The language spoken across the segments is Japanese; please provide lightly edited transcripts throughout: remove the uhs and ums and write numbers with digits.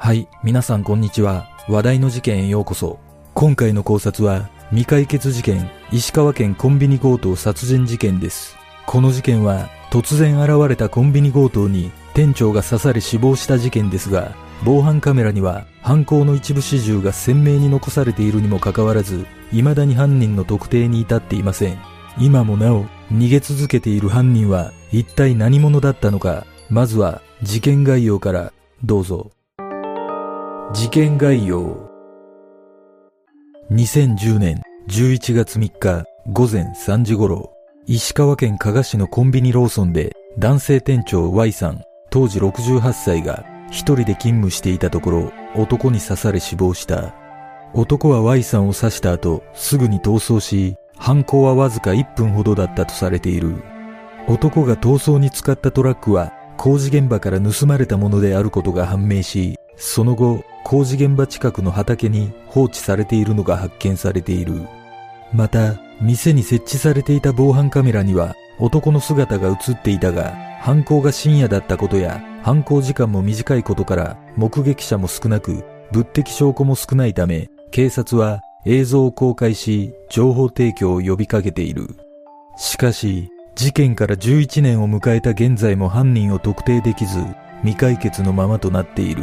はい、皆さんこんにちは。話題の事件へようこそ。今回の考察は未解決事件、石川県コンビニ強盗殺人事件です。この事件は突然現れたコンビニ強盗に店長が刺され死亡した事件ですが、防犯カメラには犯行の一部始終が鮮明に残されているにもかかわらず、未だに犯人の特定に至っていません。今もなお逃げ続けている犯人は一体何者だったのか。まずは事件概要からどうぞ。事件概要。2010年11月3日午前3時頃、石川県加賀市のコンビニローソンで男性店長 Y さん、当時68歳が一人で勤務していたところ、男に刺され死亡した。男は Y さんを刺した後、すぐに逃走し、犯行はわずか1分ほどだったとされている。男が逃走に使ったトラックは工事現場から盗まれたものであることが判明し、その後、工事現場近くの畑に放置されているのが発見されている。また、店に設置されていた防犯カメラには男の姿が映っていたが、犯行が深夜だったことや犯行時間も短いことから目撃者も少なく、物的証拠も少ないため、警察は映像を公開し情報提供を呼びかけている。しかし、事件から11年を迎えた現在も犯人を特定できず、未解決のままとなっている。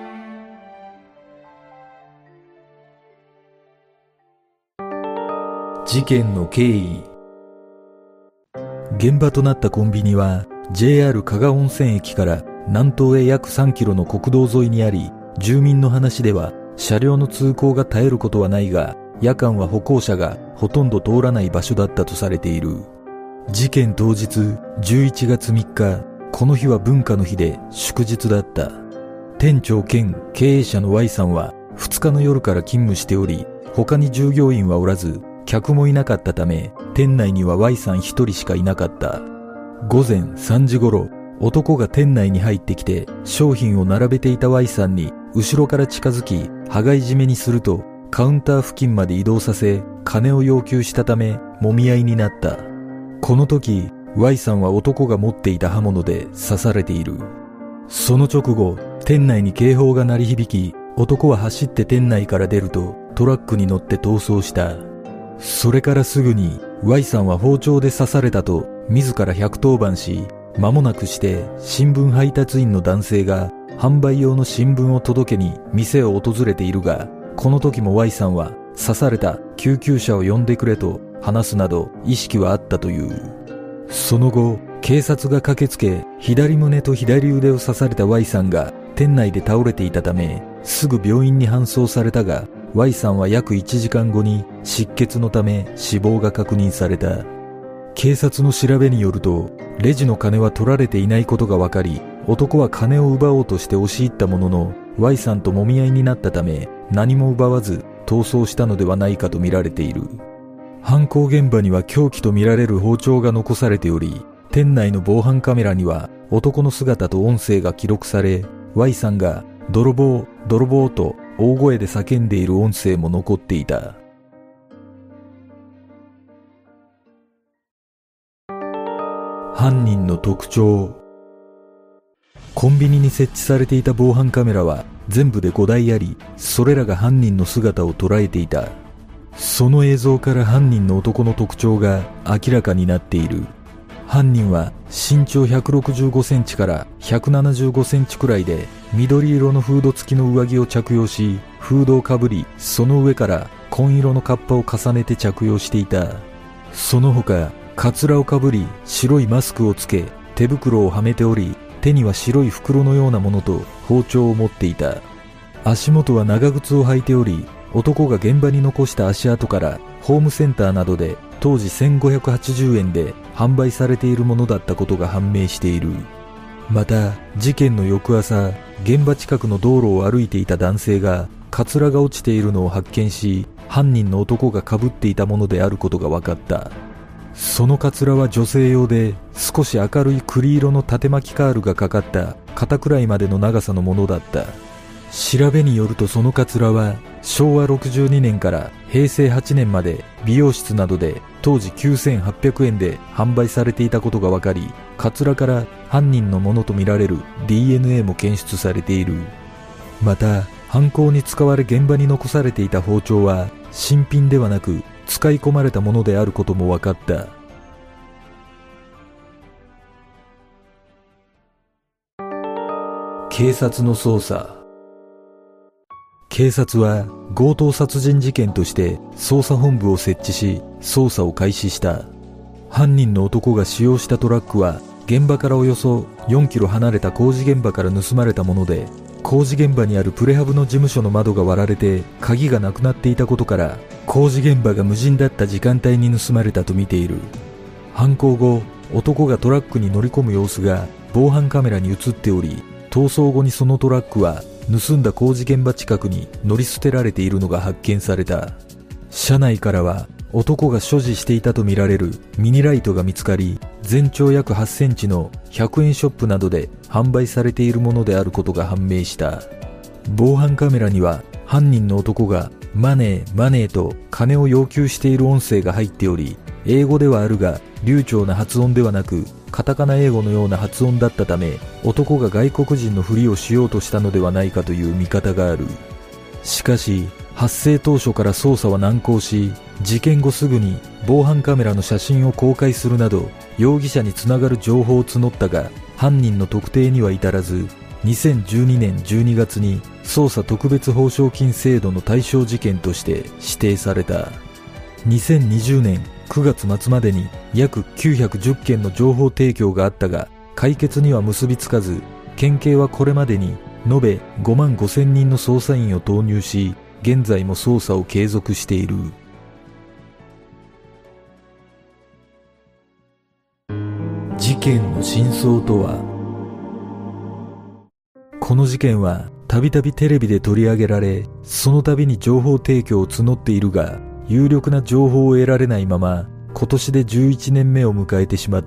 事件の経緯。現場となったコンビニは JR 加賀温泉駅から南東へ約3キロの国道沿いにあり、住民の話では車両の通行が絶えることはないが、夜間は歩行者がほとんど通らない場所だったとされている。事件当日11月3日、この日は文化の日で祝日だった。店長兼経営者の Y さんは2日の夜から勤務しており、他に従業員はおらず、客もいなかったため、店内には Y さん一人しかいなかった。午前3時頃、男が店内に入ってきて、商品を並べていた Y さんに後ろから近づき、羽交い締めにすると、カウンター付近まで移動させ、金を要求したため、揉み合いになった。この時、Y さんは男が持っていた刃物で刺されている。その直後、店内に警報が鳴り響き、男は走って店内から出ると、トラックに乗って逃走した。それからすぐに Y さんは包丁で刺されたと自ら110番し、間もなくして新聞配達員の男性が販売用の新聞を届けに店を訪れているが、この時も Y さんは刺された、救急車を呼んでくれと話すなど意識はあったという。その後、警察が駆けつけ、左胸と左腕を刺された Y さんが店内で倒れていたため、すぐ病院に搬送されたが、Y さんは約1時間後に失血のため死亡が確認された。警察の調べによると、レジの金は取られていないことが分かり、男は金を奪おうとして押し入ったものの、Y さんと揉み合いになったため、何も奪わず逃走したのではないかと見られている。犯行現場には凶器と見られる包丁が残されており、店内の防犯カメラには男の姿と音声が記録され、Y さんが泥棒、泥棒と大声で叫んでいる音声も残っていた。犯人の特徴。コンビニに設置されていた防犯カメラは全部で5台あり、それらが犯人の姿を捉えていた。その映像から犯人の男の特徴が明らかになっている。犯人は身長165センチから175センチくらいで、緑色のフード付きの上着を着用し、フードをかぶり、その上から紺色のカッパを重ねて着用していた。その他、カツラをかぶり、白いマスクをつけ、手袋をはめており、手には白い袋のようなものと包丁を持っていた。足元は長靴を履いており、男が現場に残した足跡からホームセンターなどで当時1580円で販売されているものだったことが判明している。また、事件の翌朝、現場近くの道路を歩いていた男性がカツラが落ちているのを発見し、犯人の男が被っていたものであることが分かった。そのカツラは女性用で、少し明るい栗色の縦巻きカールがかかった肩くらいまでの長さのものだった。調べによると、そのカツラは昭和62年から平成8年まで美容室などで当時9800円で販売されていたことが分かり、カツラから犯人のものとみられる DNA も検出されている。 また、犯行に使われ現場に残されていた包丁は新品ではなく使い込まれたものであることも分かった。警察の捜査。警察は強盗殺人事件として捜査本部を設置し捜査を開始した。犯人の男が使用したトラックは現場からおよそ4キロ離れた工事現場から盗まれたもので、工事現場にあるプレハブの事務所の窓が割られて鍵がなくなっていたことから工事現場が無人だった時間帯に盗まれたとみている。犯行後、男がトラックに乗り込む様子が防犯カメラに映っており、逃走後にそのトラックは盗んだ工事現場近くに乗り捨てられているのが発見された。車内からは男が所持していたとみられるミニライトが見つかり、全長約8センチの100円ショップなどで販売されているものであることが判明した。防犯カメラには犯人の男がマネーマネーと金を要求している音声が入っており、英語ではあるが流暢な発音ではなくカタカナ英語のような発音だったため、男が外国人のふりをしようとしたのではないかという見方がある。しかし発生当初から捜査は難航し、事件後すぐに防犯カメラの写真を公開するなど容疑者につながる情報を募ったが、犯人の特定には至らず、2012年12月に捜査特別報奨金制度の対象事件として指定された。2020年9月末までに約910件の情報提供があったが、解決には結びつかず、県警はこれまでに延べ5万5千人の捜査員を投入し、現在も捜査を継続している。事件の真相とは。この事件はたびたびテレビで取り上げられ、その度に情報提供を募っているが、有力な情報を得られないまま今年で11年目を迎えてしまった。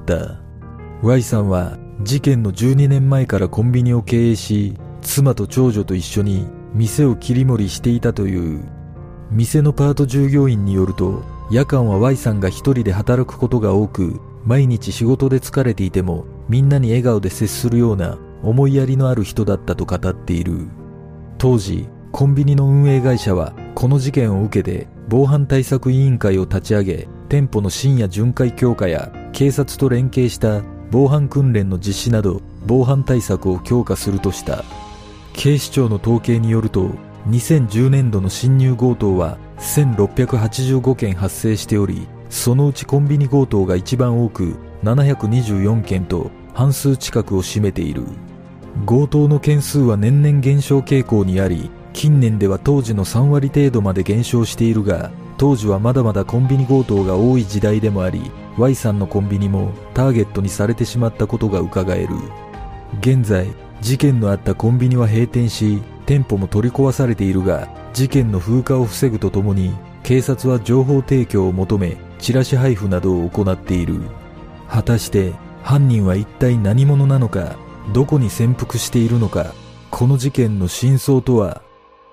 Y さんは事件の12年前からコンビニを経営し、妻と長女と一緒に店を切り盛りしていたという。店のパート従業員によると、夜間は Y さんが一人で働くことが多く、毎日仕事で疲れていてもみんなに笑顔で接するような思いやりのある人だったと語っている。当時コンビニの運営会社はこの事件を受けて防犯対策委員会を立ち上げ、店舗の深夜巡回強化や警察と連携した防犯訓練の実施など防犯対策を強化するとした。警視庁の統計によると、2010年度の侵入強盗は1685件発生しており、そのうちコンビニ強盗が一番多く724件と半数近くを占めている。強盗の件数は年々減少傾向にあり、近年では当時の3割程度まで減少しているが、当時はまだまだコンビニ強盗が多い時代でもあり、Y さんのコンビニもターゲットにされてしまったことが伺える。現在事件のあったコンビニは閉店し、店舗も取り壊されているが、事件の風化を防ぐとともに警察は情報提供を求めチラシ配布などを行っている。果たして犯人は一体何者なのか、どこに潜伏しているのか、この事件の真相とは。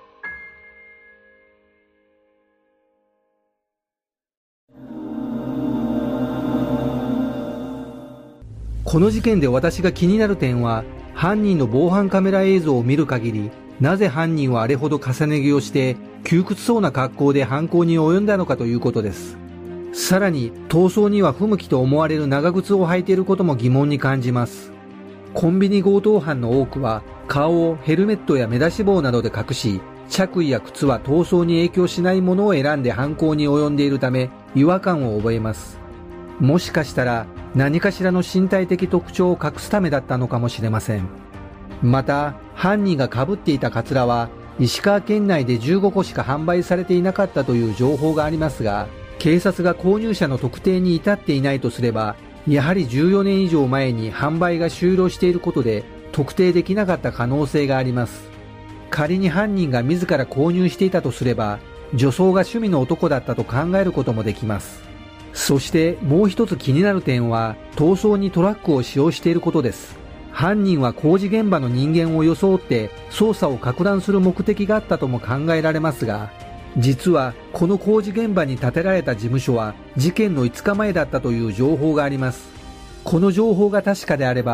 この事件で私が気になる点は、犯人の防犯カメラ映像を見る限り、なぜ犯人はあれほど重ね着をして窮屈そうな格好で犯行に及んだのかということです。さらに逃走には不向きと思われる長靴を履いていることも疑問に感じます。コンビニ強盗犯の多くは顔をヘルメットや目出し帽などで隠し、着衣や靴は逃走に影響しないものを選んで犯行に及んでいるため違和感を覚えます。もしかしたら何かしらの身体的特徴を隠すためだったのかもしれません。また犯人が被っていたカツラは石川県内で15個しか販売されていなかったという情報がありますが、警察が購入者の特定に至っていないとすれば、やはり14年以上前に販売が終了していることで特定できなかった可能性があります。仮に犯人が自ら購入していたとすれば、女装が趣味の男だったと考えることもできます。そしてもう一つ気になる点は、逃走にトラックを使用していることです。犯人は工事現場の人間を装って捜査を撹乱する目的があったとも考えられますが、実はこの工事現場に建てられた事務所は事件の5日前だったという情報があります。この情報が確かであれば、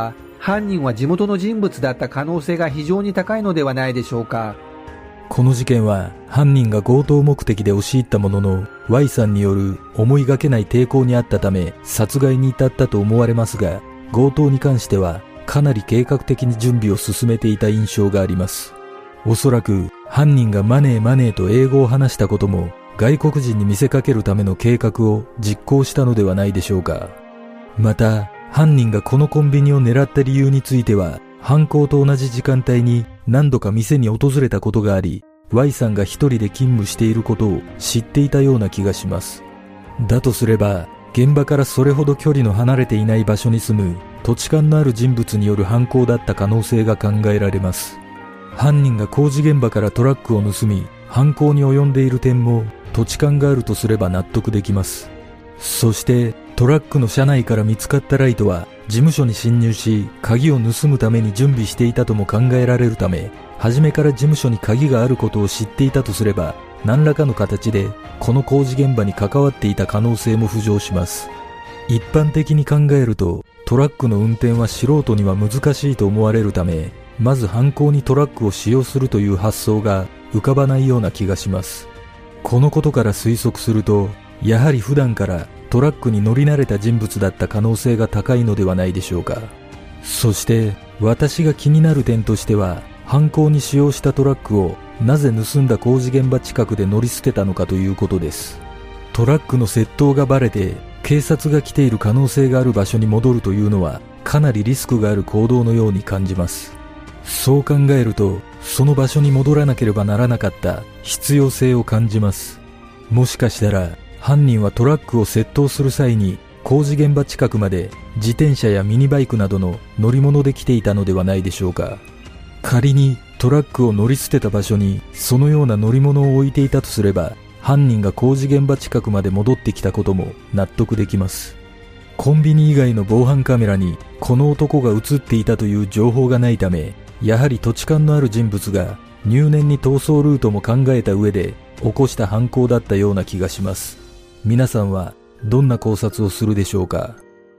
犯人は地元の人物だった可能性が非常に高いのではないでしょうか。 この事件は犯人が強盗目的で押し入ったものの Y さんによる思いがけない抵抗にあったため殺害に至ったと思われますが、強盗に関してはかなり計画的に準備を進めていた印象があります。おそらく犯人がマネーマネーと英語を話したことも外国人に見せかけるための計画を実行したのではないでしょうか。また犯人がこのコンビニを狙った理由については、犯行と同じ時間帯に何度か店に訪れたことがあり、Y さんが一人で勤務していることを知っていたような気がします。だとすれば、現場からそれほど距離の離れていない場所に住む土地勘のある人物による犯行だった可能性が考えられます。犯人が工事現場からトラックを盗み、犯行に及んでいる点も土地勘があるとすれば納得できます。そしてトラックの車内から見つかったライトは事務所に侵入し鍵を盗むために準備していたとも考えられるため、初めから事務所に鍵があることを知っていたとすれば、何らかの形でこの工事現場に関わっていた可能性も浮上します。一般的に考えるとトラックの運転は素人には難しいと思われるため、まず犯行にトラックを使用するという発想が浮かばないような気がします。このことから推測すると、やはり普段からトラックに乗り慣れた人物だった可能性が高いのではないでしょうか。そして私が気になる点としては、犯行に使用したトラックをなぜ盗んだ工事現場近くで乗り捨てたのかということです。トラックの窃盗がバレて警察が来ている可能性がある場所に戻るというのはかなりリスクがある行動のように感じます。そう考えると、その場所に戻らなければならなかった必要性を感じます。もしかしたら犯人はトラックを窃盗する際に工事現場近くまで自転車やミニバイクなどの乗り物で来ていたのではないでしょうか。仮にトラックを乗り捨てた場所にそのような乗り物を置いていたとすれば、犯人が工事現場近くまで戻ってきたことも納得できます。コンビニ以外の防犯カメラにこの男が映っていたという情報がないため、やはり土地勘のある人物が入念に逃走ルートも考えた上で起こした犯行だったような気がします。皆さんはどんな考察をするでしょうか。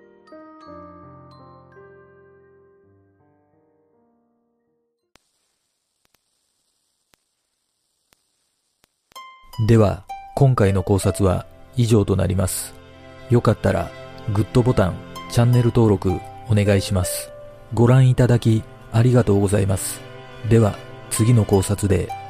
では今回の考察は以上となります。よかったらグッドボタン、チャンネル登録お願いします。ご覧いただきありがとうございます。では次の考察で